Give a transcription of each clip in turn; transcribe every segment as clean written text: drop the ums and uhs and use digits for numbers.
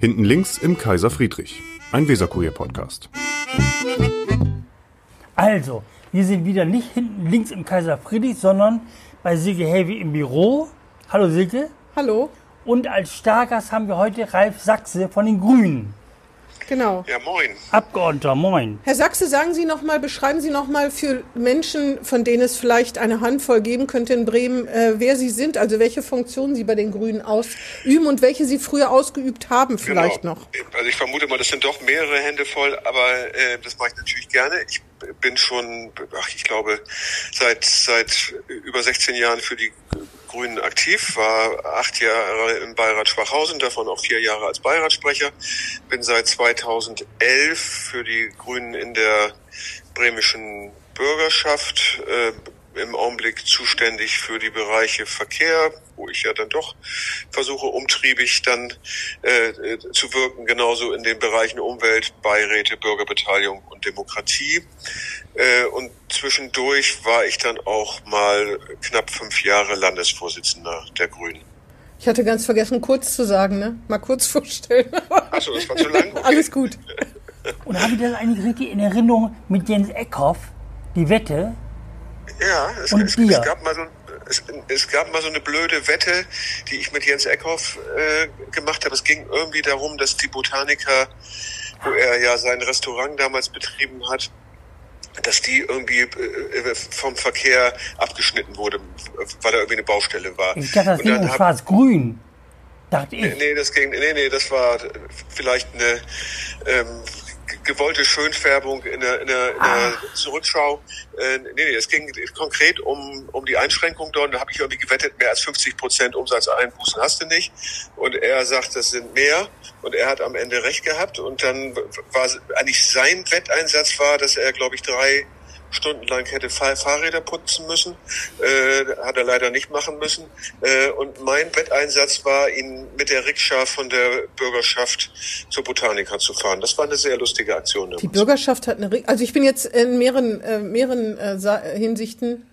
Hinten links im Kaiser Friedrich, ein Weserkurier-Podcast. Also, wir sind wieder nicht hinten links im Kaiser Friedrich, sondern bei Silke Helwig im Büro. Hallo Silke. Hallo. Und als Stargast haben wir heute Ralf Sachse von den Grünen. Genau. Ja, moin. Abgeordneter, moin. Herr Sachse, beschreiben Sie noch mal für Menschen, von denen es vielleicht eine Handvoll geben könnte in Bremen, wer Sie sind, also welche Funktionen Sie bei den Grünen ausüben und welche Sie früher ausgeübt haben vielleicht noch. Also ich vermute mal, das sind doch mehrere Hände voll, aber das mache ich natürlich gerne. Ich bin schon, ich glaube, seit über 16 Jahren für die Grünen aktiv, war 8 Jahre im Beirat Schwachhausen, davon auch 4 Jahre als Beiratssprecher. Bin seit 2011 für die Grünen in der bremischen Bürgerschaft im Augenblick zuständig für die Bereiche Verkehr, wo ich ja dann doch versuche, umtriebig dann zu wirken, genauso in den Bereichen Umwelt, Beiräte, Bürgerbeteiligung und Demokratie. Und zwischendurch war ich dann auch mal knapp 5 Jahre Landesvorsitzender der Grünen. Ich hatte ganz vergessen, kurz zu sagen, ne? Mal kurz vorstellen. Achso, das war zu lang? Okay. Alles gut. Und habe ich das eigentlich richtig in Erinnerung mit Jens Eckhoff, die Wette? Ja, es gab mal so eine blöde Wette, die ich mit Jens Eckhoff gemacht habe. Es ging irgendwie darum, dass die Botaniker, wo er ja sein Restaurant damals betrieben hat, dass die irgendwie vom Verkehr abgeschnitten wurde, weil da irgendwie eine Baustelle war. Ich dachte, das ging um Schwarz-Grün, dachte ich. Nee, das war vielleicht eine gewollte Schönfärbung in der Zurückschau. Es ging konkret um die Einschränkung dort. Da habe ich irgendwie gewettet, mehr als 50% Umsatzeinbußen hast du nicht. Und er sagt, das sind mehr. Und er hat am Ende recht gehabt. Und dann war eigentlich sein Wetteinsatz dass er, glaube ich, 3 Stunden lang hätte Fahrräder putzen müssen. Hat er leider nicht machen müssen. Und mein Wetteinsatz war, ihn mit der Rikscha von der Bürgerschaft zur Botanica zu fahren. Das war eine sehr lustige Aktion. Die Bürgerschaft hat eine Rikscha. Also ich bin jetzt in mehreren Hinsichten,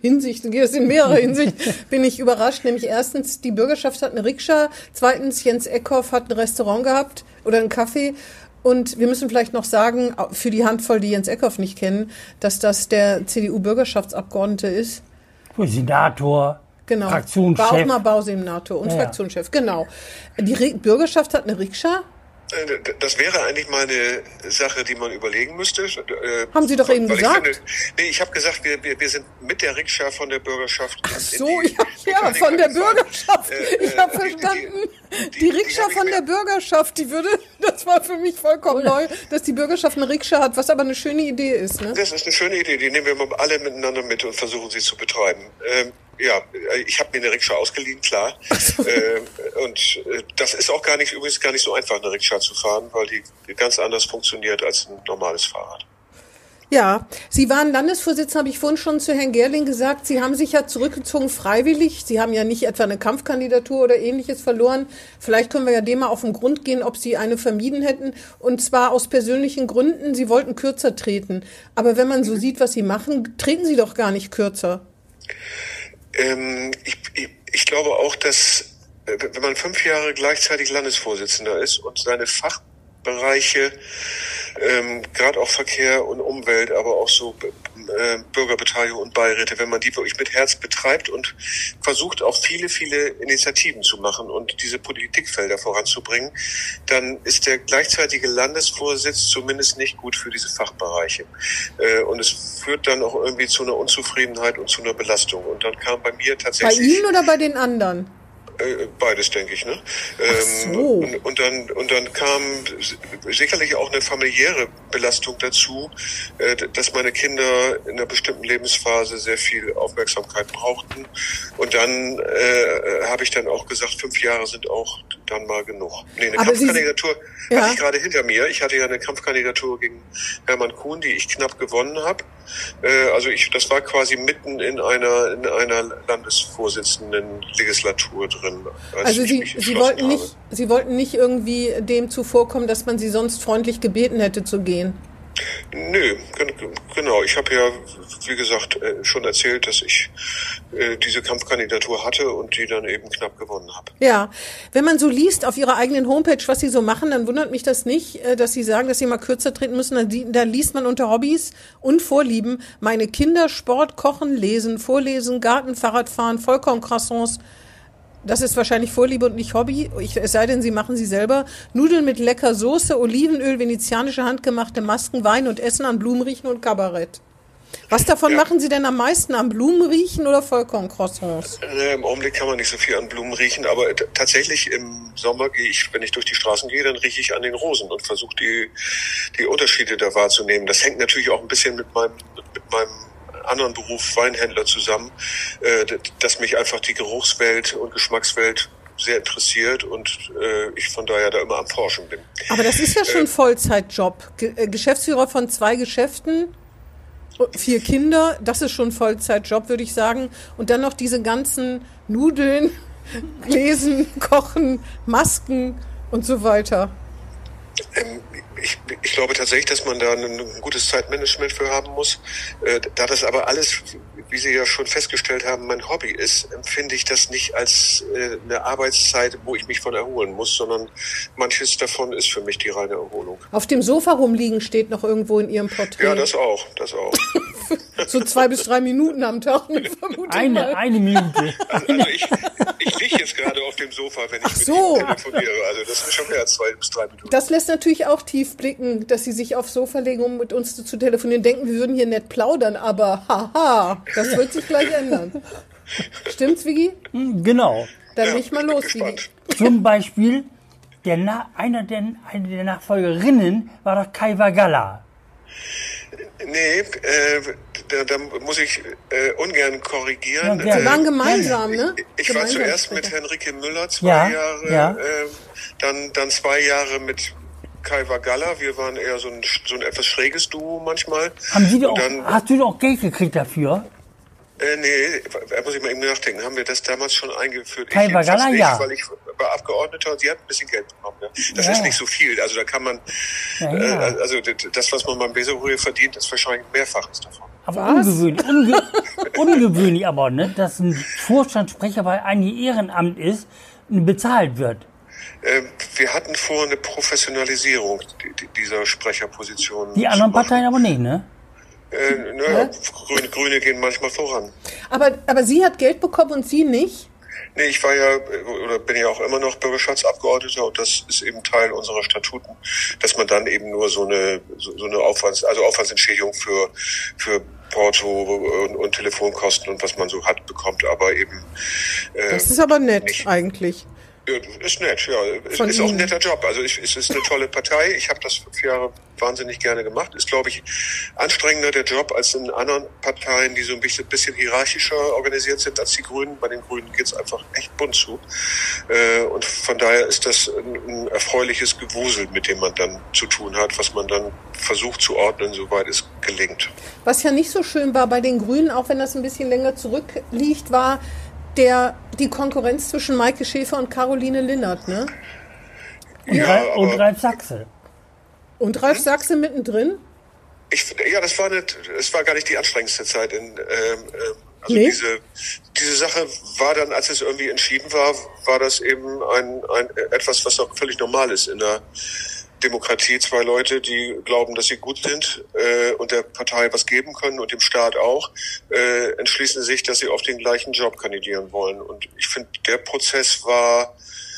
bin ich überrascht. Nämlich erstens, die Bürgerschaft hat eine Rikscha. Zweitens, Jens Eckhoff hat ein Restaurant gehabt oder einen Café. Und wir müssen vielleicht noch sagen, für die Handvoll, die Jens Eckhoff nicht kennen, dass das der CDU-Bürgerschaftsabgeordnete ist. Senator, genau. Fraktionschef. War auch mal Bausenator und Fraktionschef, genau. Die Bürgerschaft hat eine Rikscha. Das wäre eigentlich mal eine Sache, die man überlegen müsste. Haben Sie doch eben gesagt. Ich habe gesagt, wir sind mit der Rikscha von der Bürgerschaft. Ach so, ja, von der Bürgerschaft. Ich habe verstanden. Die Rikscha von der Bürgerschaft, das war für mich vollkommen neu, dass die Bürgerschaft eine Rikscha hat, was aber eine schöne Idee ist. Ne? Das ist eine schöne Idee, die nehmen wir mal alle miteinander mit und versuchen sie zu betreiben. Ich habe mir eine Rikscha ausgeliehen, klar. Und das ist auch übrigens gar nicht so einfach, eine Rikscha zu fahren, weil die ganz anders funktioniert als ein normales Fahrrad. Ja, Sie waren Landesvorsitzender, habe ich vorhin schon zu Herrn Gerling gesagt. Sie haben sich ja zurückgezogen freiwillig. Sie haben ja nicht etwa eine Kampfkandidatur oder Ähnliches verloren. Vielleicht können wir ja dem mal auf den Grund gehen, ob Sie eine vermieden hätten. Und zwar aus persönlichen Gründen. Sie wollten kürzer treten. Aber wenn man so sieht, was Sie machen, treten Sie doch gar nicht kürzer. Ich glaube auch, dass wenn man 5 Jahre gleichzeitig Landesvorsitzender ist und seine Fachbereiche, gerade auch Verkehr und Umwelt, aber auch so Bürgerbeteiligung und Beiräte, wenn man die wirklich mit Herz betreibt und versucht auch viele Initiativen zu machen und diese Politikfelder voranzubringen, dann ist der gleichzeitige Landesvorsitz zumindest nicht gut für diese Fachbereiche. Und es führt dann auch irgendwie zu einer Unzufriedenheit und zu einer Belastung. Und dann kam bei mir tatsächlich... Bei Ihnen oder bei den anderen? Beides, denke ich, ne? Ach so. Und dann kam sicherlich auch eine familiäre Belastung dazu, dass meine Kinder in einer bestimmten Lebensphase sehr viel Aufmerksamkeit brauchten. Und dann habe ich dann auch gesagt, 5 Jahre sind auch dann mal genug. Eine Kampfkandidatur hatte ich gerade hinter mir. Ich hatte ja eine Kampfkandidatur gegen Hermann Kuhn, die ich knapp gewonnen habe. Das war quasi mitten in einer Landesvorsitzenden Legislatur drin. Also Sie wollten nicht irgendwie dem zuvorkommen, dass man Sie sonst freundlich gebeten hätte zu gehen? Nö, genau. Ich habe ja, wie gesagt, schon erzählt, dass ich diese Kampfkandidatur hatte und die dann eben knapp gewonnen habe. Ja, wenn man so liest auf Ihrer eigenen Homepage, was Sie so machen, dann wundert mich das nicht, dass Sie sagen, dass Sie mal kürzer treten müssen. Da liest man unter Hobbys und Vorlieben meine Kinder, Sport, Kochen, Lesen, Vorlesen, Garten, Fahrradfahren, Vollkorncroissants. Das ist wahrscheinlich Vorliebe und nicht Hobby, es sei denn, Sie machen sie selber. Nudeln mit lecker Soße, Olivenöl, venezianische handgemachte Masken, Wein und Essen an Blumenriechen und Kabarett. Was davon machen Sie denn am meisten, am Blumenriechen oder Vollkorncroissants? Im Augenblick kann man nicht so viel an Blumen riechen, aber tatsächlich im Sommer wenn ich durch die Straßen gehe, dann rieche ich an den Rosen und versuche die Unterschiede da wahrzunehmen. Das hängt natürlich auch ein bisschen mit meinem anderen Beruf Weinhändler zusammen, dass mich einfach die Geruchswelt und Geschmackswelt sehr interessiert und ich von daher da immer am Forschen bin. Aber das ist ja schon Vollzeitjob. Geschäftsführer von 2 Geschäften, 4 Kinder, das ist schon Vollzeitjob, würde ich sagen. Und dann noch diese ganzen Nudeln, Lesen, Kochen, Masken und so weiter. Ich glaube tatsächlich, dass man da ein gutes Zeitmanagement für haben muss. Da das aber alles, wie Sie ja schon festgestellt haben, mein Hobby ist, empfinde ich das nicht als eine Arbeitszeit, wo ich mich von erholen muss, sondern manches davon ist für mich die reine Erholung. Auf dem Sofa rumliegen steht noch irgendwo in Ihrem Porträt. Ja, das auch. So 2 bis 3 Minuten am Tag. Eine Minute. Also ich liege jetzt gerade auf dem Sofa, wenn ich mit Ihnen telefoniere. Also das ist schon mehr als 2 bis 3 Minuten. Das lässt natürlich auch tief blicken, dass Sie sich aufs Sofa legen, um mit uns zu telefonieren. Denken, wir würden hier nett plaudern, aber haha, das wird sich gleich ändern. Stimmt's, Viggi? Genau. Dann leg mal los, Viggi. Zum Beispiel, eine der Nachfolgerinnen war doch Kai Vagalla. Nee, da muss ich ungern korrigieren. Ja, Sie waren gemeinsam, ne? Ich war zuerst mit Henrike Müller 2 Jahre, ja. Dann 2 Jahre mit Kai Vagalla. Wir waren eher so ein etwas schräges Duo manchmal. Hast du auch Geld gekriegt dafür? Nee, da muss ich mal eben nachdenken. Haben wir das damals schon eingeführt? Kai Vagalla, nicht, ja. Weil ich war Abgeordneter und sie hat ein bisschen Geld bekommen. Ja. Das ist nicht so viel. Also da kann man, also das, was man beim Weserkurier verdient, ist wahrscheinlich Mehrfaches davon. Aber ungewöhnlich aber, ne, dass ein Vorstandssprecher, weil eigentlich Ehrenamt ist, bezahlt wird. Wir hatten vor eine Professionalisierung dieser Sprecherposition. Die anderen Parteien aber nicht, ne? Grüne gehen manchmal voran. Aber sie hat Geld bekommen und Sie nicht? Nee, ich war ja, oder bin ja auch immer noch Bürgerschaftsabgeordneter und das ist eben Teil unserer Statuten, dass man dann eben nur so eine Aufwandsentschädigung für Porto und Telefonkosten und was man so hat, bekommt, aber eben... das ist aber nett, nicht. Eigentlich. Ja, ist nett, ja. Ist auch ein netter Job. Also es ist eine tolle Partei. Ich habe das 5 Jahre wahnsinnig gerne gemacht. Ist, glaube ich, anstrengender der Job als in anderen Parteien, die so ein bisschen hierarchischer organisiert sind als die Grünen. Bei den Grünen geht's einfach echt bunt zu. Und von daher ist das ein erfreuliches Gewusel, mit dem man dann zu tun hat, was man dann versucht zu ordnen, soweit es gelingt. Was ja nicht so schön war bei den Grünen, auch wenn das ein bisschen länger zurückliegt, war die Konkurrenz zwischen Maike Schäfer und Caroline Linnert, ne? Und Ralf Sachse. Und Ralf Sachse mittendrin? Das war gar nicht die anstrengendste Zeit. Nee? Diese Sache war dann, als es irgendwie entschieden war das eben ein etwas, was auch völlig normal ist in der Demokratie. 2 Leute, die glauben, dass sie gut sind und der Partei was geben können und dem Staat auch, entschließen sich, dass sie auf den gleichen Job kandidieren wollen. Und ich finde, der Prozess war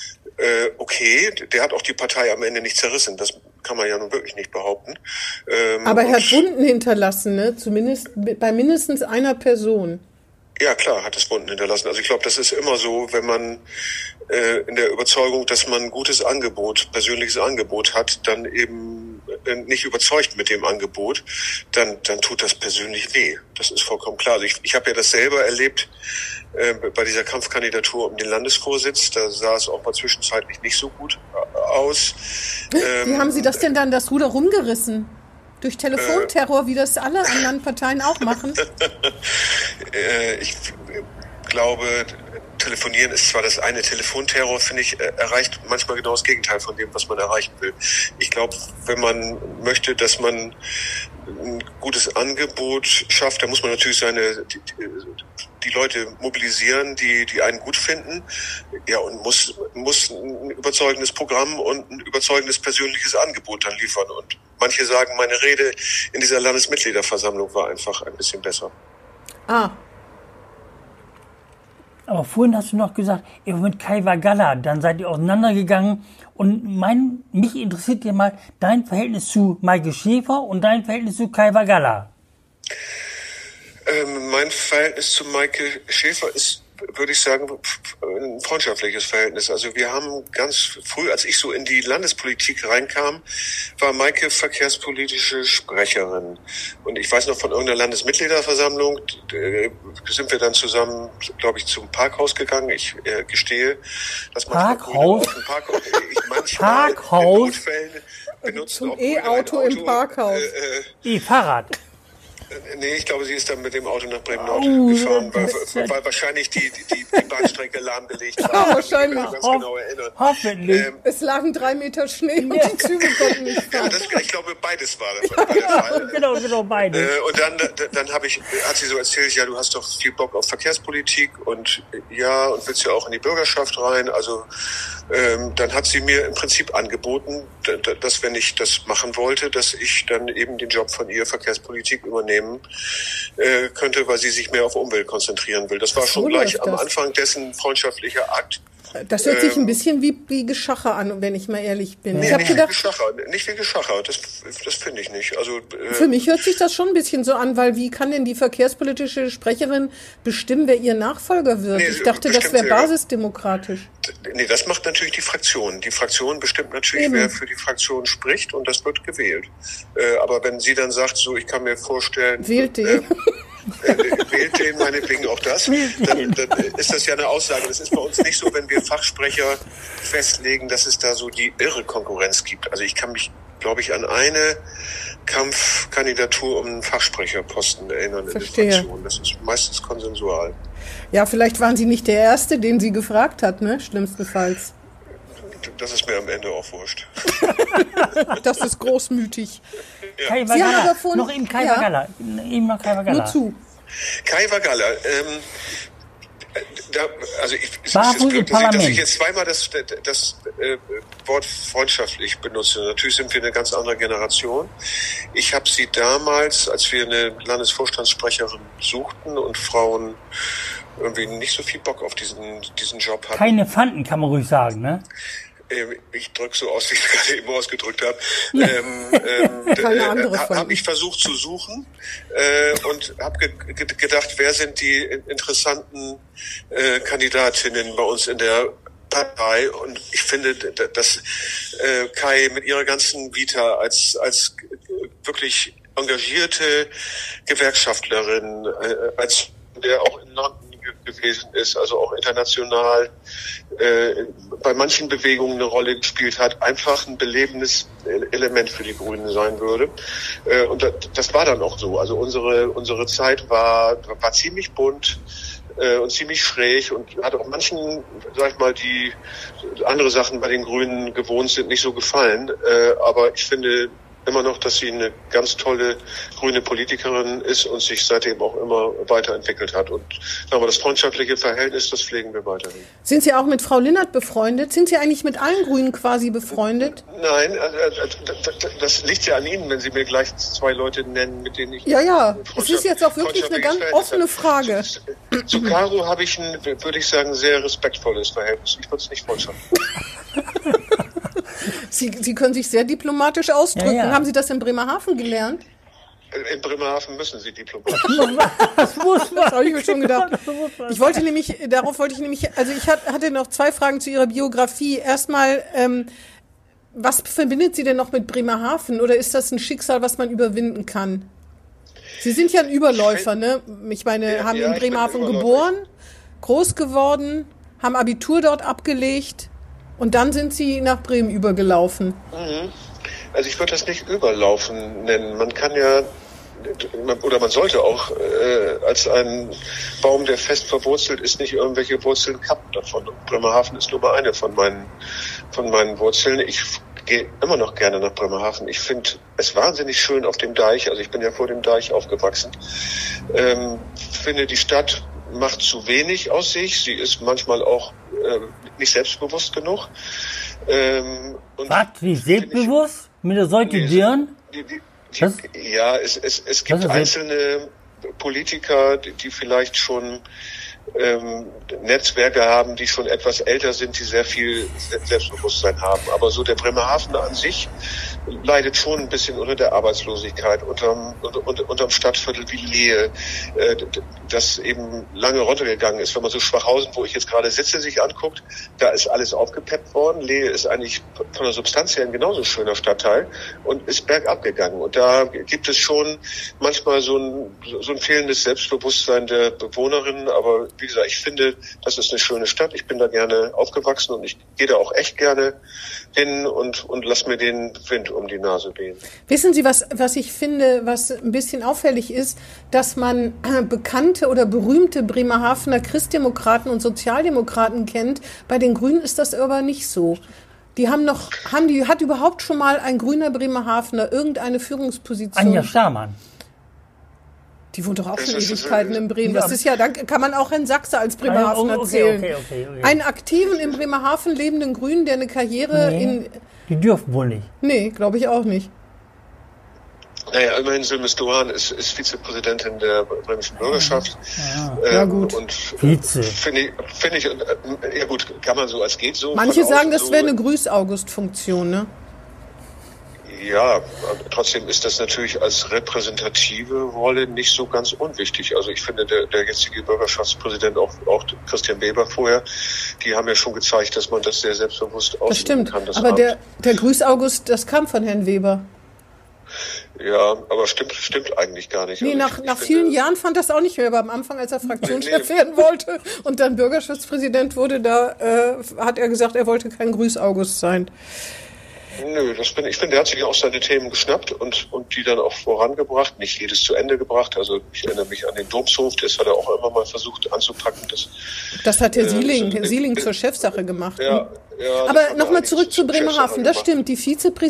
okay. Der hat auch die Partei am Ende nicht zerrissen. Das kann man ja nun wirklich nicht behaupten. Aber er hat Wunden hinterlassen, ne? Zumindest bei mindestens einer Person. Ja, klar, hat es Wunden hinterlassen. Also ich glaube, das ist immer so, wenn man in der Überzeugung, dass man ein gutes persönliches Angebot hat, dann eben nicht überzeugt mit dem Angebot, dann tut das persönlich weh. Das ist vollkommen klar. Also ich habe ja das selber erlebt bei dieser Kampfkandidatur um den Landesvorsitz. Da sah es auch mal zwischenzeitlich nicht so gut aus. Wie haben Sie das denn dann das Ruder rumgerissen? Durch Telefonterror, wie das alle anderen Parteien auch machen? Ich glaube, Telefonieren ist zwar das eine, Telefonterror, finde ich, erreicht manchmal genau das Gegenteil von dem, was man erreichen will. Ich glaube, wenn man möchte, dass man ein gutes Angebot schafft, dann muss man natürlich die Leute mobilisieren, die einen gut finden, ja, und muss ein überzeugendes Programm und ein überzeugendes persönliches Angebot dann liefern. Und manche sagen, meine Rede in dieser Landesmitgliederversammlung war einfach ein bisschen besser. Aber vorhin hast du noch gesagt, ihr mit Kai Vagalla, dann seid ihr auseinandergegangen. Und mich interessiert ja mal dein Verhältnis zu Maike Schäfer und dein Verhältnis zu Kai Vagalla. Mein Verhältnis zu Maike Schäfer ist, würde ich sagen, ein freundschaftliches Verhältnis. Also wir haben ganz früh, als ich so in die Landespolitik reinkam, war Maike verkehrspolitische Sprecherin. Und ich weiß noch von irgendeiner Landesmitgliederversammlung, sind wir dann zusammen, glaube ich, zum Parkhaus gegangen. Ich gestehe, dass man Parkhaus? Parkhaus? In Notfällen benutzt zum E-Auto im Parkhaus. E-Fahrrad. Nee, ich glaube, sie ist dann mit dem Auto nach Bremen-Nord gefahren, weil wahrscheinlich die Bahnstrecke lahmgelegt war. Ja, wahrscheinlich. Ich kann mich ganz genau erinnern. Hoffentlich. Es lagen 3 Meter Schnee und die Züge konnten nicht fahren. Ja, ich glaube, beides war der Fall. Genau, beides. Und dann hat sie so erzählt, ja, du hast doch viel Bock auf Verkehrspolitik und willst ja auch in die Bürgerschaft rein. Also dann hat sie mir im Prinzip angeboten, dass wenn ich das machen wollte, dass ich dann eben den Job von ihr Verkehrspolitik übernehmen könnte, weil sie sich mehr auf Umwelt konzentrieren will. Das war schon gleich am Anfang dessen freundschaftlicher Akt. Das hört sich ein bisschen wie Geschacher an, wenn ich mal ehrlich bin. Nee, ich habe gedacht, nicht wie Geschacher, das finde ich nicht. Also für mich hört sich das schon ein bisschen so an, weil wie kann denn die verkehrspolitische Sprecherin bestimmen, wer ihr Nachfolger wird? Ich dachte, das wäre basisdemokratisch. Nee, das macht natürlich die Fraktion. Die Fraktion bestimmt natürlich, wer für die Fraktion spricht, und das wird gewählt. Aber wenn sie dann sagt, so, ich kann mir vorstellen... Wählt den. Wählt den meinetwegen auch das, dann ist das ja eine Aussage. Das ist bei uns nicht so, wenn wir Fachsprecher festlegen, dass es da so die irre Konkurrenz gibt. Also ich kann mich, glaube ich, an eine Kampfkandidatur um einen Fachsprecherposten erinnern in der Fraktion. Das ist meistens konsensual. Ja, vielleicht waren Sie nicht der Erste, den sie gefragt hat, ne? Schlimmstenfalls. Das ist mir am Ende auch wurscht. Das ist großmütig. Ja. Kai Vagalla, noch eben Kai Vagalla. Eben noch Kai Vagalla. Nur zu. Kai Vagalla, also dass ich jetzt zweimal das Wort freundschaftlich benutze. Natürlich sind wir eine ganz andere Generation. Ich habe sie damals, als wir eine Landesvorstandssprecherin suchten und Frauen irgendwie nicht so viel Bock auf diesen Job hatten. Keine Pfanden, kann man ruhig sagen, ne? Ich drücke so aus, wie ich es gerade eben ausgedrückt habe. Habe ich versucht zu suchen und habe gedacht, wer sind die interessanten Kandidatinnen bei uns in der Partei? Und ich finde, dass Kai mit ihrer ganzen Vita als wirklich engagierte Gewerkschaftlerin, als der auch in London gewesen ist, also auch international bei manchen Bewegungen eine Rolle gespielt hat, einfach ein belebendes Element für die Grünen sein würde. Und das war dann auch so. Also unsere Zeit war ziemlich bunt und ziemlich schräg und hat auch manchen, sag ich mal, die andere Sachen bei den Grünen gewohnt sind, nicht so gefallen. Aber ich finde immer noch, dass sie eine ganz tolle grüne Politikerin ist und sich seitdem auch immer weiterentwickelt hat. Und aber das freundschaftliche Verhältnis, das pflegen wir weiterhin. Sind Sie auch mit Frau Linnert befreundet? Sind Sie eigentlich mit allen Grünen quasi befreundet? Nein, das liegt ja an Ihnen, wenn Sie mir gleich 2 Leute nennen, mit denen ich... Ja, es ist jetzt auch wirklich eine ganz offene Frage. Zu Caro habe ich würde ich sagen, sehr respektvolles Verhältnis. Ich würde es nicht vollschaffen. Sie können sich sehr diplomatisch ausdrücken. Ja. Haben Sie das in Bremerhaven gelernt? In Bremerhaven müssen Sie diplomatisch. Das habe ich mir schon gedacht. Darauf wollte ich nämlich, also ich hatte noch 2 Fragen zu Ihrer Biografie. Erstmal, was verbindet Sie denn noch mit Bremerhaven? Oder ist das ein Schicksal, was man überwinden kann? Sie sind ja ein Überläufer, ne? Ich meine, haben in Bremerhaven geboren, groß geworden, haben Abitur dort abgelegt. Und dann sind Sie nach Bremen übergelaufen. Also ich würde das nicht überlaufen nennen. Man kann ja oder man sollte auch als ein Baum, der fest verwurzelt ist, nicht irgendwelche Wurzeln kappen davon. Und Bremerhaven ist nur mal eine von meinen Wurzeln. Ich gehe immer noch gerne nach Bremerhaven. Ich finde es wahnsinnig schön auf dem Deich. Also ich bin ja vor dem Deich aufgewachsen. Finde, die Stadt macht zu wenig aus sich. Sie ist manchmal auch nicht selbstbewusst genug. Was? Nicht selbstbewusst? Mit der solchen Dirn? Ja, es gibt einzelne Politiker, die vielleicht schon Netzwerke haben, die schon etwas älter sind, die sehr viel Selbstbewusstsein haben. Aber so der Bremerhavener an sich leidet schon ein bisschen unter der Arbeitslosigkeit, unterm Stadtviertel wie Lehe, das eben lange runtergegangen ist. Wenn man so Schwachhausen, wo ich jetzt gerade sitze, sich anguckt, da ist alles aufgepeppt worden. Lehe ist eigentlich von der Substanz her ein genauso schöner Stadtteil und ist bergab gegangen. Und da gibt es schon manchmal so ein fehlendes Selbstbewusstsein der Bewohnerinnen. Aber wie gesagt, ich finde, das ist eine schöne Stadt. Ich bin da gerne aufgewachsen und ich gehe da auch echt gerne hin und lass mir den Wind um die Nase wehen. Wissen Sie, was ich finde, was ein bisschen auffällig ist, dass man bekannte oder berühmte Bremerhavener Christdemokraten und Sozialdemokraten kennt. Bei den Grünen ist das aber nicht so. Hat überhaupt schon mal ein grüner Bremerhavener irgendeine Führungsposition? Anja Stamann. Die wohnt doch auch schon Ewigkeiten in Bremen. Das ist ja, da kann man auch Herrn Sachse als Bremerhavener zählen. Okay. Einen aktiven in Bremerhaven lebenden Grünen, der eine Karriere Die dürfen wohl nicht. Nee, glaube ich auch nicht. Naja, immerhin Sylmes Dohan ist Vizepräsidentin der bremischen Bürgerschaft. Ja, gut. Und Vize. Finde ich, ja gut, kann man so als geht so. Manche sagen, das wäre eine Grüß-August-Funktion, ne? Ja, trotzdem ist das natürlich als repräsentative Rolle nicht so ganz unwichtig. Also ich finde, der jetzige Bürgerschaftspräsident, auch Christian Weber vorher, die haben ja schon gezeigt, dass man das sehr selbstbewusst ausüben kann. Das stimmt, aber der Grüß-August, das kam von Herrn Weber. Ja, aber stimmt eigentlich gar nicht. Nee, also nach vielen Jahren fand das auch nicht mehr, aber am Anfang, als er Fraktionschef werden wollte und dann Bürgerschaftspräsident wurde, da hat er gesagt, er wollte kein Grüß-August sein. Nö, ich finde, er hat sich auch seine Themen geschnappt und die dann auch vorangebracht, nicht jedes zu Ende gebracht. Also ich erinnere mich an den Domshof, das hat er auch immer mal versucht anzupacken. Das hat Herr Sieling zur Chefsache gemacht. Ja, aber nochmal zurück zu Bremerhaven, das stimmt, die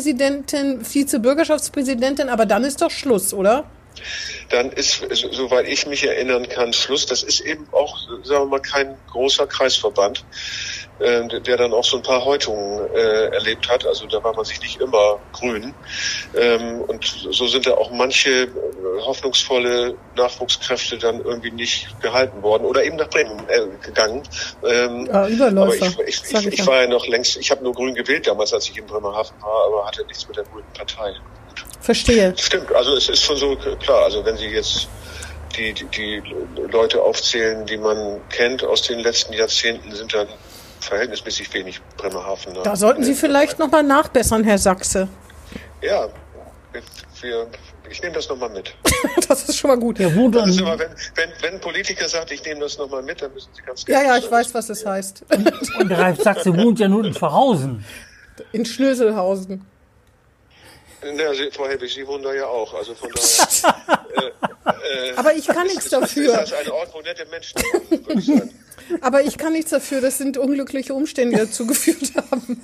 Vizebürgerschaftspräsidentin, aber dann ist doch Schluss, oder? Dann ist, soweit ich mich erinnern kann, Schluss. Das ist eben auch, sagen wir mal, kein großer Kreisverband, der dann auch so ein paar Häutungen erlebt hat. Also da war man sich nicht immer grün. Und so sind da auch manche hoffnungsvolle Nachwuchskräfte dann irgendwie nicht gehalten worden oder eben nach Bremen gegangen. Überläufer. Aber ich war ja noch längst, ich habe nur grün gewählt damals, als ich in Bremerhaven war, aber hatte nichts mit der grünen Partei. Verstehe. Stimmt, also es ist schon so klar, also wenn Sie jetzt die Leute aufzählen, die man kennt aus den letzten Jahrzehnten, sind dann verhältnismäßig wenig Bremerhavener. Da sollten Sie vielleicht nochmal nachbessern, Herr Sachse. Ja, ich nehme das nochmal mit. Das ist schon mal gut. Ja, das ist immer, wenn ein Politiker sagt, ich nehme das nochmal mit, dann müssen Sie ganz genau. Ja, ich weiß, was es heißt. Und der Ralf Sachse wohnt ja nur in Schwachhausen. In Schnöselhausen. Ja, Frau Helbig, Sie wohnen da ja auch. Also von daher, aber ich kann nichts dafür. Das ist ein Ort, wo nette Menschen wohnen, würde ich sagen. Aber ich kann nichts dafür. Das sind unglückliche Umstände, die dazu geführt haben.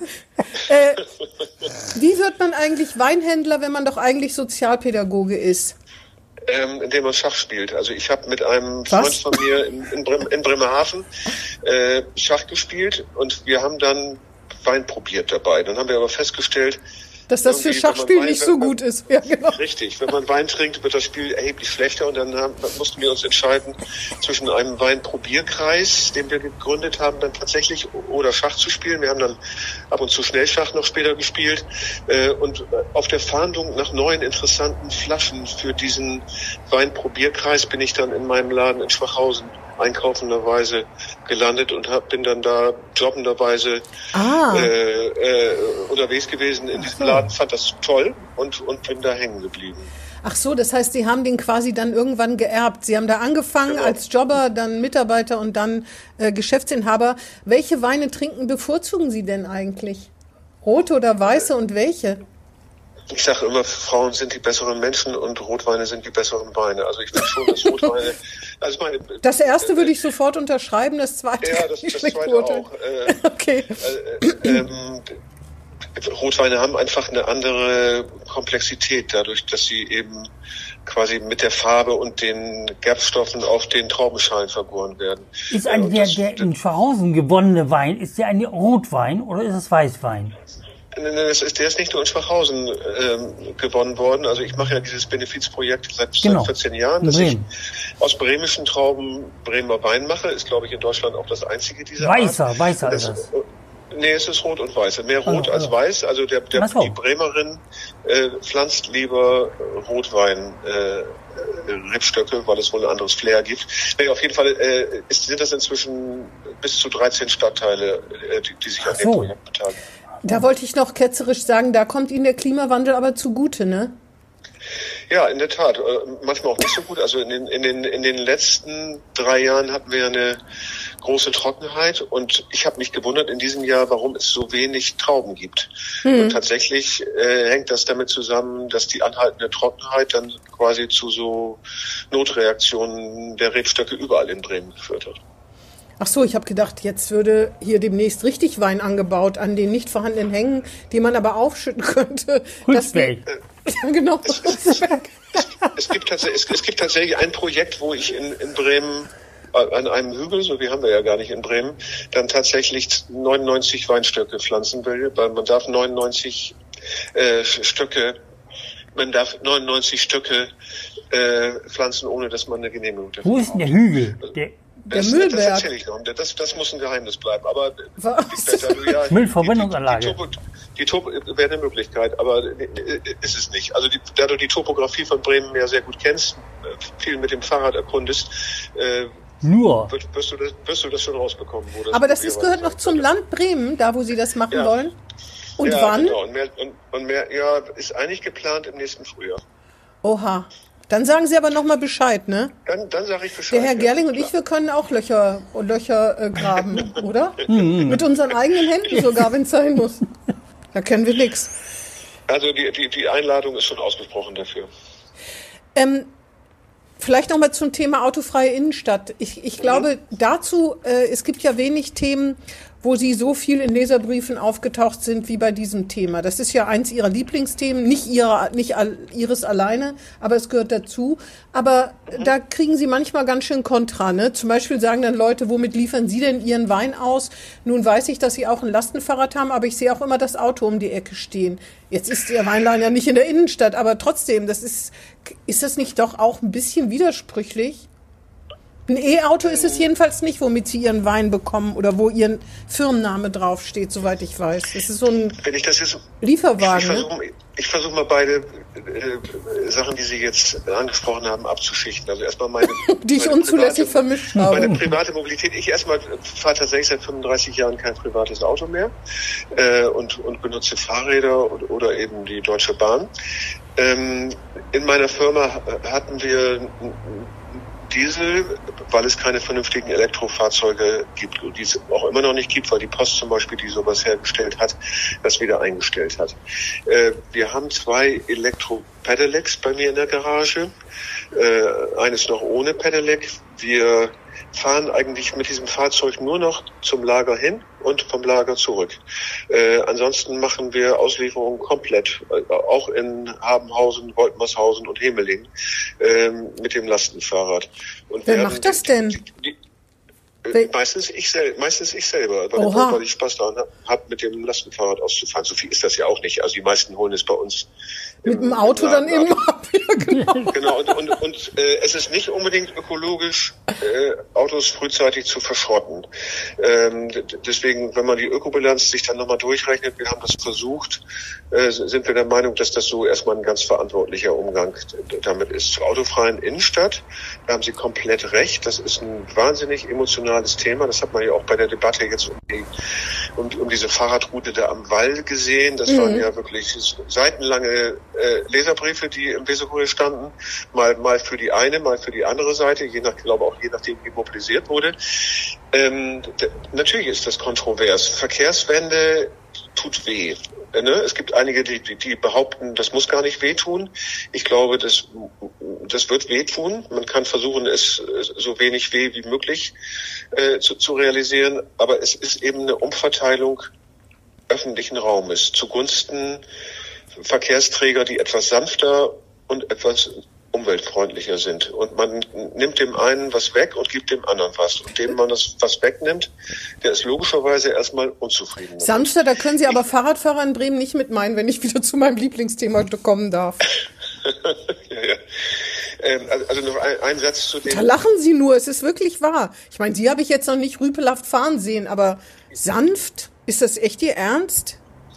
Wie wird man eigentlich Weinhändler, wenn man doch eigentlich Sozialpädagoge ist? Indem man Schach spielt. Also ich habe mit einem Freund von mir in Bremerhaven Schach gespielt und wir haben dann Wein probiert dabei. Dann haben wir aber festgestellt, dass das für Schachspiel nicht so gut ist. Ja, genau. Richtig. Wenn man Wein trinkt, wird das Spiel erheblich schlechter. Und dann mussten wir uns entscheiden zwischen einem Weinprobierkreis, den wir gegründet haben, dann tatsächlich, oder Schach zu spielen. Wir haben dann ab und zu Schnellschach noch später gespielt. Und auf der Fahndung nach neuen, interessanten Flaschen für diesen Weinprobierkreis bin ich dann in meinem Laden in Schwachhausen einkaufenderweise gelandet und bin dann da jobbenderweise unterwegs gewesen in diesem Laden, fand das toll und bin da hängen geblieben. Ach so, das heißt, Sie haben den quasi dann irgendwann geerbt. Sie haben da angefangen als Jobber, dann Mitarbeiter und dann Geschäftsinhaber. Welche Weine bevorzugen Sie denn eigentlich? Rote oder weiße und welche? Ich sage immer, Frauen sind die besseren Menschen und Rotweine sind die besseren Weine. Also ich finde schon, dass Rotweine... Also das erste würde ich sofort unterschreiben, das zweite... Ja, das zweite auch. Okay. Rotweine haben einfach eine andere Komplexität, dadurch, dass sie eben quasi mit der Farbe und den Gerbstoffen auf den Traubenschalen vergoren werden. Ist der in Schwarhausen gewonnene Wein, ist der ein Rotwein oder ist es Weißwein? Der ist nicht nur in Schwachhausen gewonnen worden. Also ich mache ja dieses Benefizprojekt seit 14 Jahren, dass ich aus bremischen Trauben Bremer Wein mache. Ist, glaube ich, in Deutschland auch das einzige dieser Art. Weißer ist das. Nee, es ist rot und weiß. Mehr rot als weiß. Also die Bremerin pflanzt lieber Rotwein Rebstöcke, weil es wohl ein anderes Flair gibt. Nee, auf jeden Fall sind das inzwischen bis zu 13 Stadtteile, die sich an dem Projekt beteiligen. Da wollte ich noch ketzerisch sagen, da kommt Ihnen der Klimawandel aber zugute, ne? Ja, in der Tat. Manchmal auch nicht so gut. Also in den letzten 3 Jahren hatten wir eine große Trockenheit und ich habe mich gewundert in diesem Jahr, warum es so wenig Trauben gibt. Und tatsächlich hängt das damit zusammen, dass die anhaltende Trockenheit dann quasi zu so Notreaktionen der Rebstöcke überall in Bremen geführt hat. Ach so, ich habe gedacht, jetzt würde hier demnächst richtig Wein angebaut an den nicht vorhandenen Hängen, die man aber aufschütten könnte. Hulsberg. Ja, genau. Es gibt tatsächlich ein Projekt, wo ich in Bremen an einem Hügel, so wie haben wir ja gar nicht in Bremen, dann tatsächlich 99 Weinstöcke pflanzen will, weil man darf 99 Stöcke pflanzen, ohne dass man eine Genehmigung dafür braucht. Wo ist denn der Hügel? Der Müllberg. Das erzähle ich noch. Das muss ein Geheimnis bleiben. Aber Müllverbrennungsanlage. Die wäre eine Möglichkeit, aber ist es nicht. Also da du die Topografie von Bremen ja sehr gut kennst, viel mit dem Fahrrad erkundest, wirst du das schon rausbekommen. Aber das gehört noch zum Land Bremen, da wo Sie das machen wollen? Und wann? Genau. Und mehr ist eigentlich geplant im nächsten Frühjahr. Oha. Dann sagen Sie aber nochmal Bescheid, ne? Dann sage ich Bescheid. Der Herr Gerling und ich, wir können auch Löcher graben, oder? Mit unseren eigenen Händen sogar, wenn es sein muss. Da kennen wir nichts. Also die Einladung ist schon ausgesprochen dafür. Vielleicht nochmal zum Thema autofreie Innenstadt. Ich glaube dazu, es gibt ja wenig Themen, wo Sie so viel in Leserbriefen aufgetaucht sind wie bei diesem Thema. Das ist ja eins Ihrer Lieblingsthemen, nicht Ihres alleine, aber es gehört dazu. Aber da kriegen Sie manchmal ganz schön Kontra, ne? Zum Beispiel sagen dann Leute, womit liefern Sie denn Ihren Wein aus? Nun weiß ich, dass Sie auch ein Lastenfahrrad haben, aber ich sehe auch immer das Auto um die Ecke stehen. Jetzt ist Ihr Weinladen ja nicht in der Innenstadt, aber trotzdem, ist das nicht doch auch ein bisschen widersprüchlich? Ein E-Auto ist es jedenfalls nicht, womit Sie Ihren Wein bekommen oder wo Ihr Firmenname draufsteht, soweit ich weiß. Das ist so ein Lieferwagen. Ich versuche mal beide Sachen, die Sie jetzt angesprochen haben, abzuschichten. Also erstmal meine die ich unzulässig vermischt habe. Meine private Mobilität. Ich erstmal fahre tatsächlich seit 35 Jahren kein privates Auto mehr und benutze Fahrräder oder eben die Deutsche Bahn. In meiner Firma hatten wir Diesel, weil es keine vernünftigen Elektrofahrzeuge gibt und die es auch immer noch nicht gibt, weil die Post zum Beispiel, die sowas hergestellt hat, das wieder eingestellt hat. Wir haben 2 Elektro-Pedelecs bei mir in der Garage, eines noch ohne Pedelec. Wir fahren eigentlich mit diesem Fahrzeug nur noch zum Lager hin und vom Lager zurück. Ansonsten machen wir Auslieferungen komplett, auch in Habenhausen, Woltmershausen und Hemeling mit dem Lastenfahrrad. Und wer macht das denn? Meistens ich selber, weil ich Spaß daran habe, mit dem Lastenfahrrad auszufahren. So viel ist das ja auch nicht. Also die meisten holen es bei uns mit dem Auto dann eben ab. Ja, genau. Und es ist nicht unbedingt ökologisch, Autos frühzeitig zu verschrotten. Deswegen, wenn man die Ökobilanz sich dann nochmal durchrechnet, wir haben das versucht, sind wir der Meinung, dass das so erstmal ein ganz verantwortlicher Umgang damit ist. Zur autofreien Innenstadt, da haben Sie komplett recht. Das ist ein wahnsinnig emotionales Thema. Das hat man ja auch bei der Debatte jetzt um diese Fahrradroute da am Wall gesehen. Das waren ja wirklich seitenlange Leserbriefe, die im Weserkurier standen. Mal für die eine, mal für die andere Seite, je nachdem, wie mobilisiert wurde. Natürlich ist das kontrovers. Verkehrswende tut weh. Es gibt einige, die behaupten, das muss gar nicht wehtun. Ich glaube, das wird wehtun. Man kann versuchen, es so wenig weh wie möglich zu realisieren. Aber es ist eben eine Umverteilung öffentlichen Raumes zugunsten Verkehrsträger, die etwas sanfter und etwas umweltfreundlicher sind. Und man nimmt dem einen was weg und gibt dem anderen was. Und dem man das was wegnimmt, der ist logischerweise erstmal unzufrieden. Sanfter, da können Sie aber Fahrradfahrer in Bremen nicht mit meinen, wenn ich wieder zu meinem Lieblingsthema kommen darf. Ja. Also noch ein Satz zu dem. Da lachen Sie nur, es ist wirklich wahr. Ich meine, Sie habe ich jetzt noch nicht rüpelhaft fahren sehen, aber sanft? Ist das echt Ihr Ernst?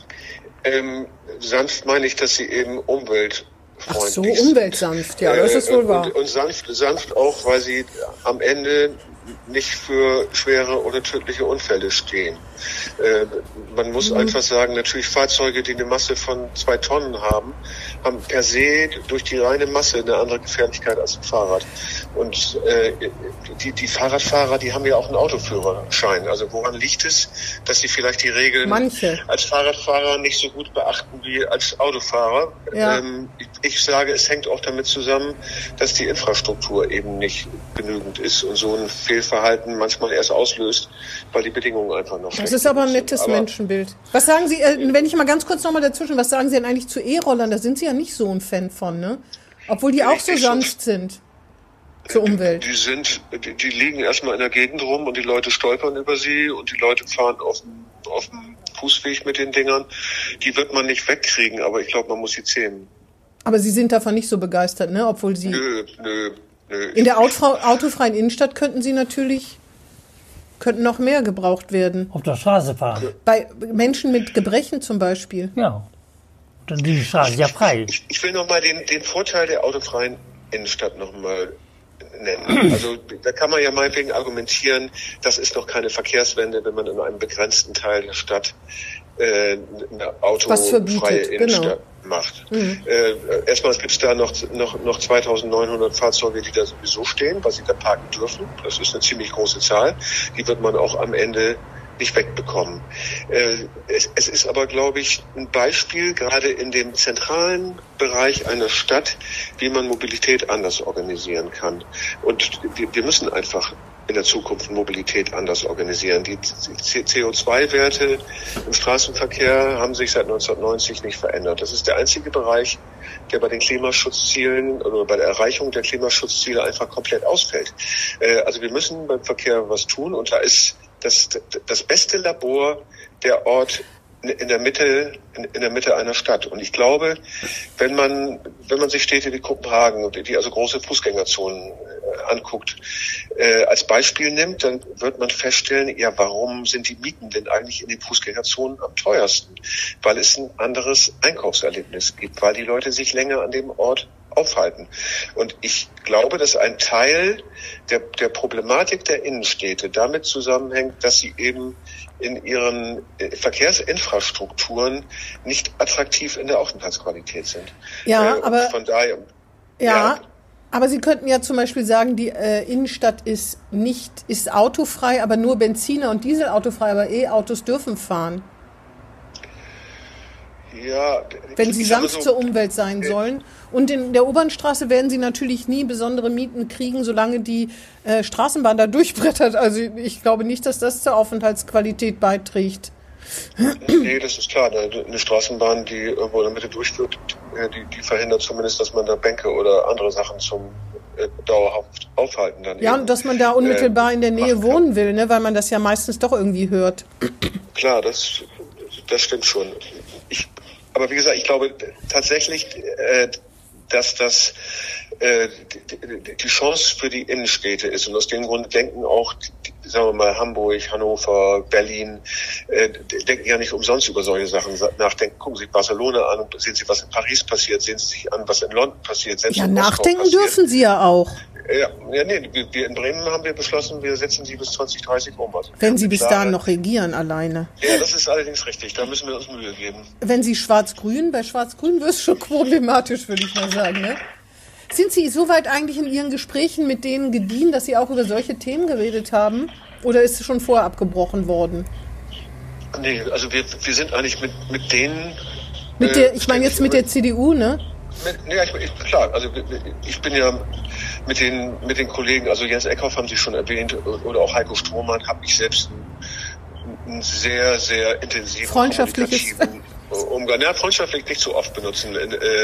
Sanft meine ich, dass sie eben umweltfreundlich Ach so, umweltsanft, ja, das ist wohl wahr. Und sanft auch, weil sie am Ende nicht für schwere oder tödliche Unfälle stehen. Man muss einfach sagen, natürlich Fahrzeuge, die eine Masse von 2 Tonnen haben per se durch die reine Masse eine andere Gefährlichkeit als ein Fahrrad. Und die Fahrradfahrer, die haben ja auch einen Autoführerschein. Also woran liegt es, dass sie vielleicht die Regeln als Fahrradfahrer nicht so gut beachten wie als Autofahrer? Ja. Ich sage, es hängt auch damit zusammen, dass die Infrastruktur eben nicht genügend ist und so ein Fehlverhalten manchmal erst auslöst, weil die Bedingungen einfach noch schlecht sind. Das ist aber ein nettes Menschenbild. Was sagen Sie, wenn ich mal ganz kurz nochmal dazwischen, was sagen Sie denn eigentlich zu E-Rollern? Da sind Sie ja nicht so ein Fan von, ne? Obwohl die auch so sanft sind zur Umwelt. Die liegen erstmal in der Gegend rum und die Leute stolpern über sie und die Leute fahren auf dem Fußweg mit den Dingern. Die wird man nicht wegkriegen, aber ich glaube, man muss sie zähmen. Aber Sie sind davon nicht so begeistert, ne? Obwohl Sie... Nö. In der autofreien Innenstadt könnten noch mehr gebraucht werden. Auf der Straße fahren. Bei Menschen mit Gebrechen zum Beispiel. Ja. Dann ist die Straße ja frei. Ich will nochmal den Vorteil der autofreien Innenstadt nochmal nennen. Also da kann man ja meinetwegen argumentieren, das ist noch keine Verkehrswende, wenn man in einem begrenzten Teil der Stadt eine autofreie Innenstadt macht. Erstmals gibt es da noch 2.900 Fahrzeuge, die da sowieso stehen, weil sie da parken dürfen. Das ist eine ziemlich große Zahl. Die wird man auch am Ende nicht wegbekommen. Es ist aber, glaube ich, ein Beispiel, gerade in dem zentralen Bereich einer Stadt, wie man Mobilität anders organisieren kann. Und wir müssen einfach in der Zukunft Mobilität anders organisieren. Die CO2-Werte im Straßenverkehr haben sich seit 1990 nicht verändert. Das ist der einzige Bereich, der bei den Klimaschutzzielen oder bei der Erreichung der Klimaschutzziele einfach komplett ausfällt. Also wir müssen beim Verkehr was tun und da ist das beste Labor der Ort in der Mitte einer Stadt. Und ich glaube, wenn man sich Städte wie Kopenhagen, die also große Fußgängerzonen anguckt, als Beispiel nimmt, dann wird man feststellen, ja, warum sind die Mieten denn eigentlich in den Fußgängerzonen am teuersten? Weil es ein anderes Einkaufserlebnis gibt, weil die Leute sich länger an dem Ort aufhalten. Und ich glaube, dass ein Teil der Problematik der Innenstädte damit zusammenhängt, dass sie eben in ihren Verkehrsinfrastrukturen nicht attraktiv in der Aufenthaltsqualität sind. Ja, aber von daher. Ja, aber Sie könnten ja zum Beispiel sagen, die Innenstadt ist autofrei, aber nur Benziner und Dieselautofrei, aber E-Autos dürfen fahren. Ja, wenn sie sanft zur Umwelt sein sollen. Und in der Obernstraße werden sie natürlich nie besondere Mieten kriegen, solange die Straßenbahn da durchbrettert. Also ich glaube nicht, dass das zur Aufenthaltsqualität beiträgt. Nee, das ist klar. Eine Straßenbahn, die irgendwo in der Mitte durchführt, die verhindert zumindest, dass man da Bänke oder andere Sachen zum dauerhaft aufhalten dann. Ja, und dass man da unmittelbar in der Nähe wohnen will, ne, weil man das ja meistens doch irgendwie hört. Klar, das stimmt schon. Aber wie gesagt, ich glaube tatsächlich, dass das die Chance für die Innenstädte ist. Und aus dem Grund denken auch, sagen wir mal, Hamburg, Hannover, Berlin, denken ja nicht umsonst über solche Sachen nachdenken. Gucken Sie Barcelona an und sehen Sie, was in Paris passiert, sehen Sie sich an, was in London passiert. Selbst ja, nachdenken dürfen Sie ja auch. Ja, nee, wir in Bremen haben wir beschlossen, wir setzen sie bis 2030 um. Also wenn Sie bis dahin noch regieren alleine. Ja, das ist allerdings richtig, da müssen wir uns Mühe geben. Wenn Sie bei Schwarz-Grün wird es schon problematisch, würde ich mal sagen, ne? Sind Sie soweit eigentlich in Ihren Gesprächen mit denen gediehen, dass Sie auch über solche Themen geredet haben? Oder ist es schon vorher abgebrochen worden? Nee, also wir sind eigentlich mit denen... Ich meine jetzt mit der CDU, ne? Klar, also ich bin ja mit den Kollegen, also Jens Eckhoff haben Sie schon erwähnt, oder auch Heiko Strohmann, habe ich selbst einen sehr, sehr intensiven kommunikativen Umgang. Ja, freundschaftlich nicht so oft benutzen.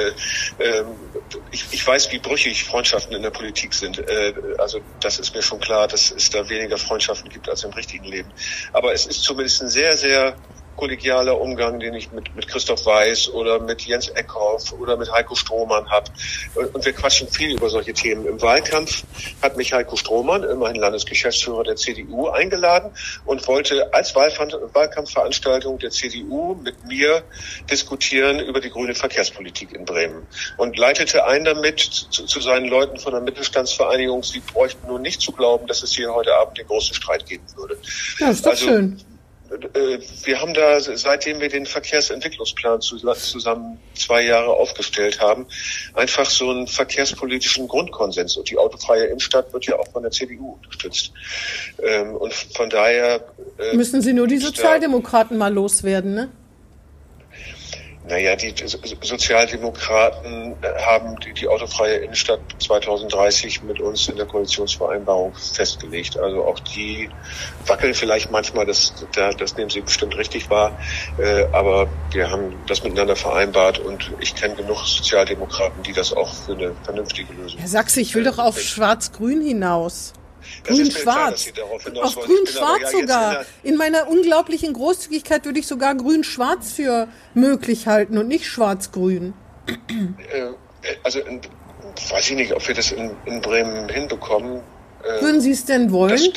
Ich weiß, wie brüchig Freundschaften in der Politik sind. Also das ist mir schon klar, dass es da weniger Freundschaften gibt als im richtigen Leben. Aber es ist zumindest ein sehr, sehr kollegialer Umgang, den ich mit Christoph Weiß oder mit Jens Eckhoff oder mit Heiko Strohmann habe. Und wir quatschen viel über solche Themen. Im Wahlkampf hat mich Heiko Strohmann, immerhin Landesgeschäftsführer der CDU, eingeladen und wollte als Wahlkampfveranstaltung der CDU mit mir diskutieren über die grüne Verkehrspolitik in Bremen. Und leitete ein damit zu seinen Leuten von der Mittelstandsvereinigung, sie bräuchten nur nicht zu glauben, dass es hier heute Abend den großen Streit geben würde. Ja, ist doch schön. Wir haben da, seitdem wir den Verkehrsentwicklungsplan zusammen 2 Jahre aufgestellt haben, einfach so einen verkehrspolitischen Grundkonsens. Und die autofreie Innenstadt wird ja auch von der CDU unterstützt. Und von daher... müssen Sie nur die Sozialdemokraten mal loswerden, ne? Naja, die Sozialdemokraten haben die autofreie Innenstadt 2030 mit uns in der Koalitionsvereinbarung festgelegt. Also auch die wackeln vielleicht manchmal, das nehmen sie bestimmt richtig wahr, aber wir haben das miteinander vereinbart und ich kenne genug Sozialdemokraten, die das auch für eine vernünftige Lösung... Herr Sachse, ich will doch auf Schwarz-Grün hinaus. Grün-Schwarz. Auf Grün-Schwarz sogar. In meiner unglaublichen Großzügigkeit würde ich sogar Grün-Schwarz für möglich halten und nicht Schwarz-Grün. Also weiß ich nicht, ob wir das in Bremen hinbekommen. Würden Sie es denn wollen?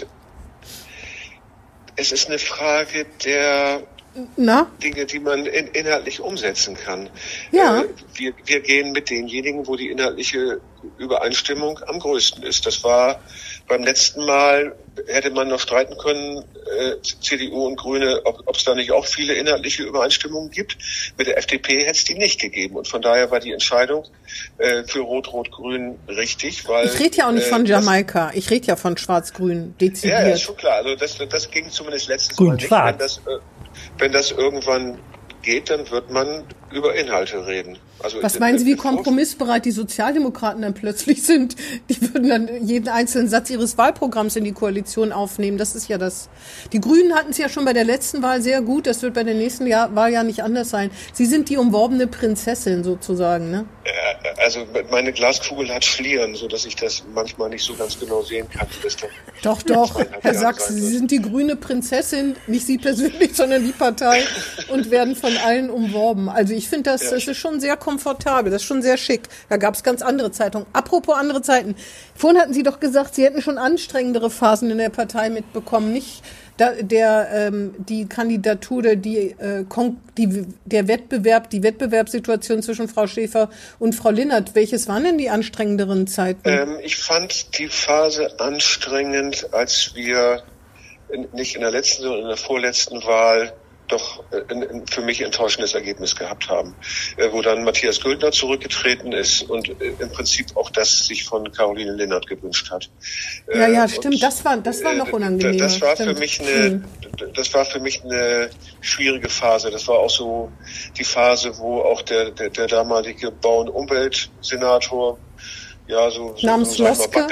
Es ist eine Frage der Dinge, die man inhaltlich umsetzen kann. Ja. Wir gehen mit denjenigen, wo die inhaltliche Übereinstimmung am größten ist. Das war beim letzten Mal, hätte man noch streiten können, CDU und Grüne, ob es da nicht auch viele inhaltliche Übereinstimmungen gibt. Mit der FDP hätte es die nicht gegeben. Und von daher war die Entscheidung für Rot-Rot-Grün richtig. Weil ich rede ja auch nicht von Jamaika. Ich rede ja von Schwarz-Grün dezidiert. Ja, ist schon klar. Also das ging zumindest letztes Mal nicht. Wenn das irgendwann geht, dann wird man über Inhalte reden. Also was meinen Sie, wie kompromissbereit die Sozialdemokraten dann plötzlich sind? Die würden dann jeden einzelnen Satz ihres Wahlprogramms in die Koalition aufnehmen. Das ist ja das. Die Grünen hatten es ja schon bei der letzten Wahl sehr gut. Das wird bei der nächsten Wahl ja nicht anders sein. Sie sind die umworbene Prinzessin sozusagen, ne? Also meine Glaskugel hat Schlieren, so dass ich das manchmal nicht so ganz genau sehen kann. Doch, Herr Sachs, Sie sind die grüne Prinzessin, nicht Sie persönlich, sondern die Partei und werden von allen umworben. Also ich finde, das ist schon sehr komfortabel, das ist schon sehr schick. Da gab es ganz andere Zeitungen. Apropos andere Zeiten. Vorhin hatten Sie doch gesagt, Sie hätten schon anstrengendere Phasen in der Partei mitbekommen. Nicht die Kandidatur, der Wettbewerb, die Wettbewerbssituation zwischen Frau Schäfer und Frau Linnert. Welches waren denn die anstrengenderen Zeiten? Ich fand die Phase anstrengend, als wir nicht in der letzten, sondern in der vorletzten Wahl doch ein für mich enttäuschendes Ergebnis gehabt haben, wo dann Matthias Güldner zurückgetreten ist und im Prinzip auch das sich von Caroline Linnert gewünscht hat. Ja, stimmt, das war noch unangenehm. Das war für mich eine schwierige Phase. Das war auch so die Phase, wo auch der damalige Bau- und Umweltsenator namens Loske?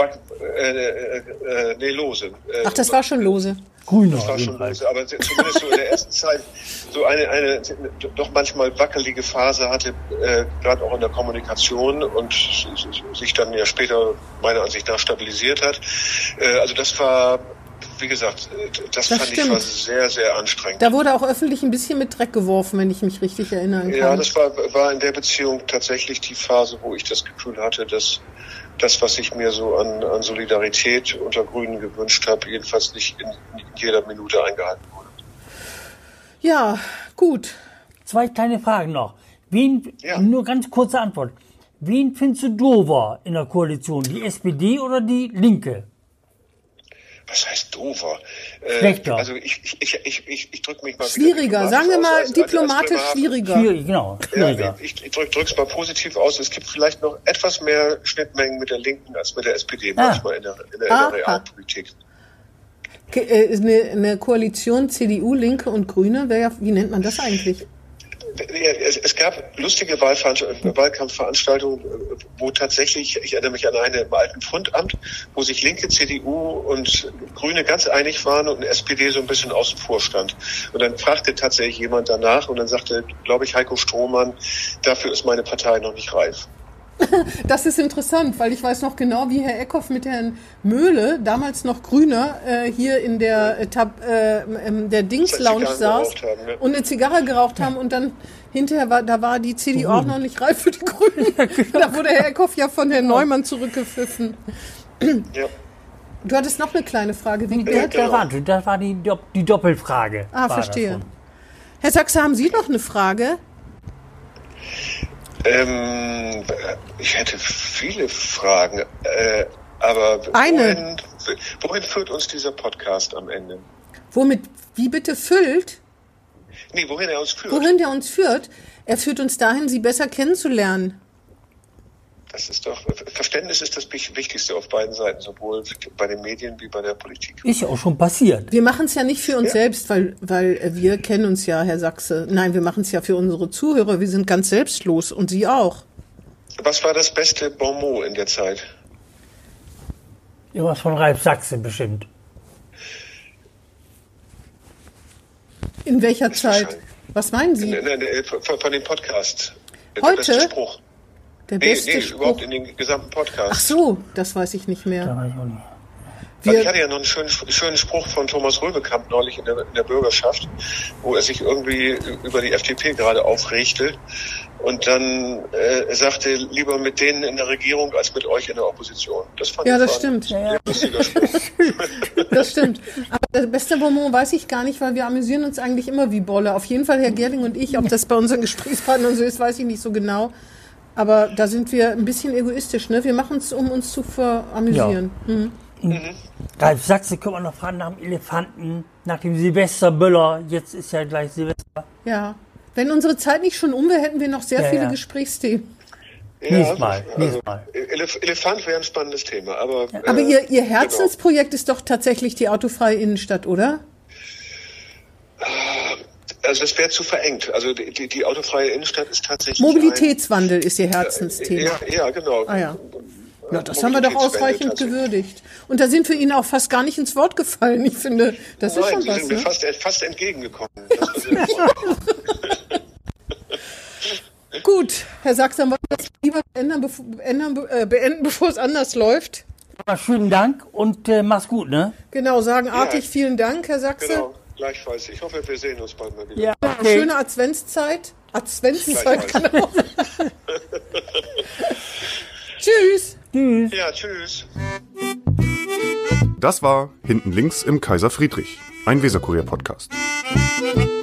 Lose. Ach, das war schon Lose. Grüner. Das war schon Lose, aber zumindest so in der ersten Zeit so eine doch manchmal wackelige Phase hatte, gerade auch in der Kommunikation und sich dann ja später meiner Ansicht nach stabilisiert hat. Also das war, wie gesagt, das fand ich war sehr, sehr anstrengend. Da wurde auch öffentlich ein bisschen mit Dreck geworfen, wenn ich mich richtig erinnern kann. Ja, das war in der Beziehung tatsächlich die Phase, wo ich das Gefühl hatte, dass das, was ich mir so an Solidarität unter Grünen gewünscht habe, jedenfalls nicht in jeder Minute eingehalten wurde. Ja, gut. 2 kleine Fragen noch. Nur ganz kurze Antwort. Wen findest du dover in der Koalition? Die SPD oder die Linke? Was heißt dover? Schlechter. Also ich drücke mich mal schwieriger, sagen wir mal diplomatisch schwieriger. Schwieriger. Ich drücke es mal positiv aus. Es gibt vielleicht noch etwas mehr Schnittmengen mit der Linken als mit der SPD manchmal in der Realpolitik. Eine Koalition CDU, Linke und Grüne, wie nennt man das eigentlich? Es gab lustige Wahlkampfveranstaltungen, wo tatsächlich, ich erinnere mich an eine im alten Fundamt, wo sich Linke, CDU und Grüne ganz einig waren und eine SPD so ein bisschen außen vor stand. Und dann fragte tatsächlich jemand danach und dann sagte, glaube ich, Heiko Strohmann, dafür ist meine Partei noch nicht reif. Das ist interessant, weil ich weiß noch genau, wie Herr Eckhoff mit Herrn Möhle, damals noch Grüner, hier in der Dings-Lounge saß und eine Zigarre geraucht haben und dann hinterher war die CDU auch noch nicht reif für die Grünen. Da wurde Herr Eckhoff ja von Herrn Neumann zurückgepfiffen. Ja. Du hattest noch eine kleine Frage. Das war die Doppelfrage. Verstehe. Herr Sachse, haben Sie noch eine Frage? Ich hätte viele Fragen, aber wohin führt uns dieser Podcast am Ende? Wie bitte füllt? Nee, wohin er uns führt. Wohin der uns führt? Er führt uns dahin, Sie besser kennenzulernen. Das ist doch, Verständnis ist das Wichtigste auf beiden Seiten, sowohl bei den Medien wie bei der Politik. Ist ja auch schon passiert. Wir machen es ja nicht für uns selbst, weil wir kennen uns ja, Herr Sachse. Nein, wir machen es ja für unsere Zuhörer. Wir sind ganz selbstlos und Sie auch. Was war das beste Bonmot in der Zeit? Irgendwas von Ralf Sachse bestimmt. In welcher Zeit? Was meinen Sie? Von dem Podcast. Heute? Der beste Spruch. Der beste Spruch? Überhaupt in den gesamten Podcast. Ach so, das weiß ich nicht mehr. Da weiß ich auch nicht. Ich hatte ja noch einen schönen Spruch von Thomas Röbekamp neulich in der Bürgerschaft, wo er sich irgendwie über die FDP gerade aufregte und dann sagte, lieber mit denen in der Regierung als mit euch in der Opposition. Das fand ich das stimmt. Ein lustiger Spruch. Das stimmt. Aber das beste Bonbon weiß ich gar nicht, weil wir amüsieren uns eigentlich immer wie Bolle. Auf jeden Fall Herr Gerling und ich. Ob das bei unseren Gesprächspartnern so ist, weiß ich nicht so genau. Aber da sind wir ein bisschen egoistisch, ne? Wir machen es, um uns zu amüsieren. Ja. Ralf Sachse können wir noch fragen nach dem Elefanten, nach dem Silvesterböller. Jetzt ist ja gleich Silvester. Ja. Wenn unsere Zeit nicht schon wäre, hätten wir noch sehr viele Gesprächsthemen. Ja, nächstes Mal. Elefant wäre ein spannendes Thema. Aber Ihr Herzensprojekt ist doch tatsächlich die autofreie Innenstadt, oder? Also das wäre zu verengt. Also die autofreie Innenstadt ist tatsächlich Mobilitätswandel ist Ihr Herzensthema. Ja, genau. Ah, ja. Ja, das haben wir doch ausreichend gewürdigt. Und da sind wir Ihnen auch fast gar nicht ins Wort gefallen. Ich finde, das ist schon was. Sie sind mir fast entgegengekommen. Gut, Herr Sachse, wollen wir das lieber beenden, bevor es anders läuft? Aber schönen Dank und mach's gut, ne? Genau, sagen artig vielen Dank, Herr Sachse. Genau, gleichfalls. Ich hoffe, wir sehen uns bald mal wieder. Ja, okay. Schöne Adventszeit. Genau. Tschüss. Tschüss. Ja, tschüss. Das war Hinten links im Kaiser Friedrich, ein Weserkurier-Podcast.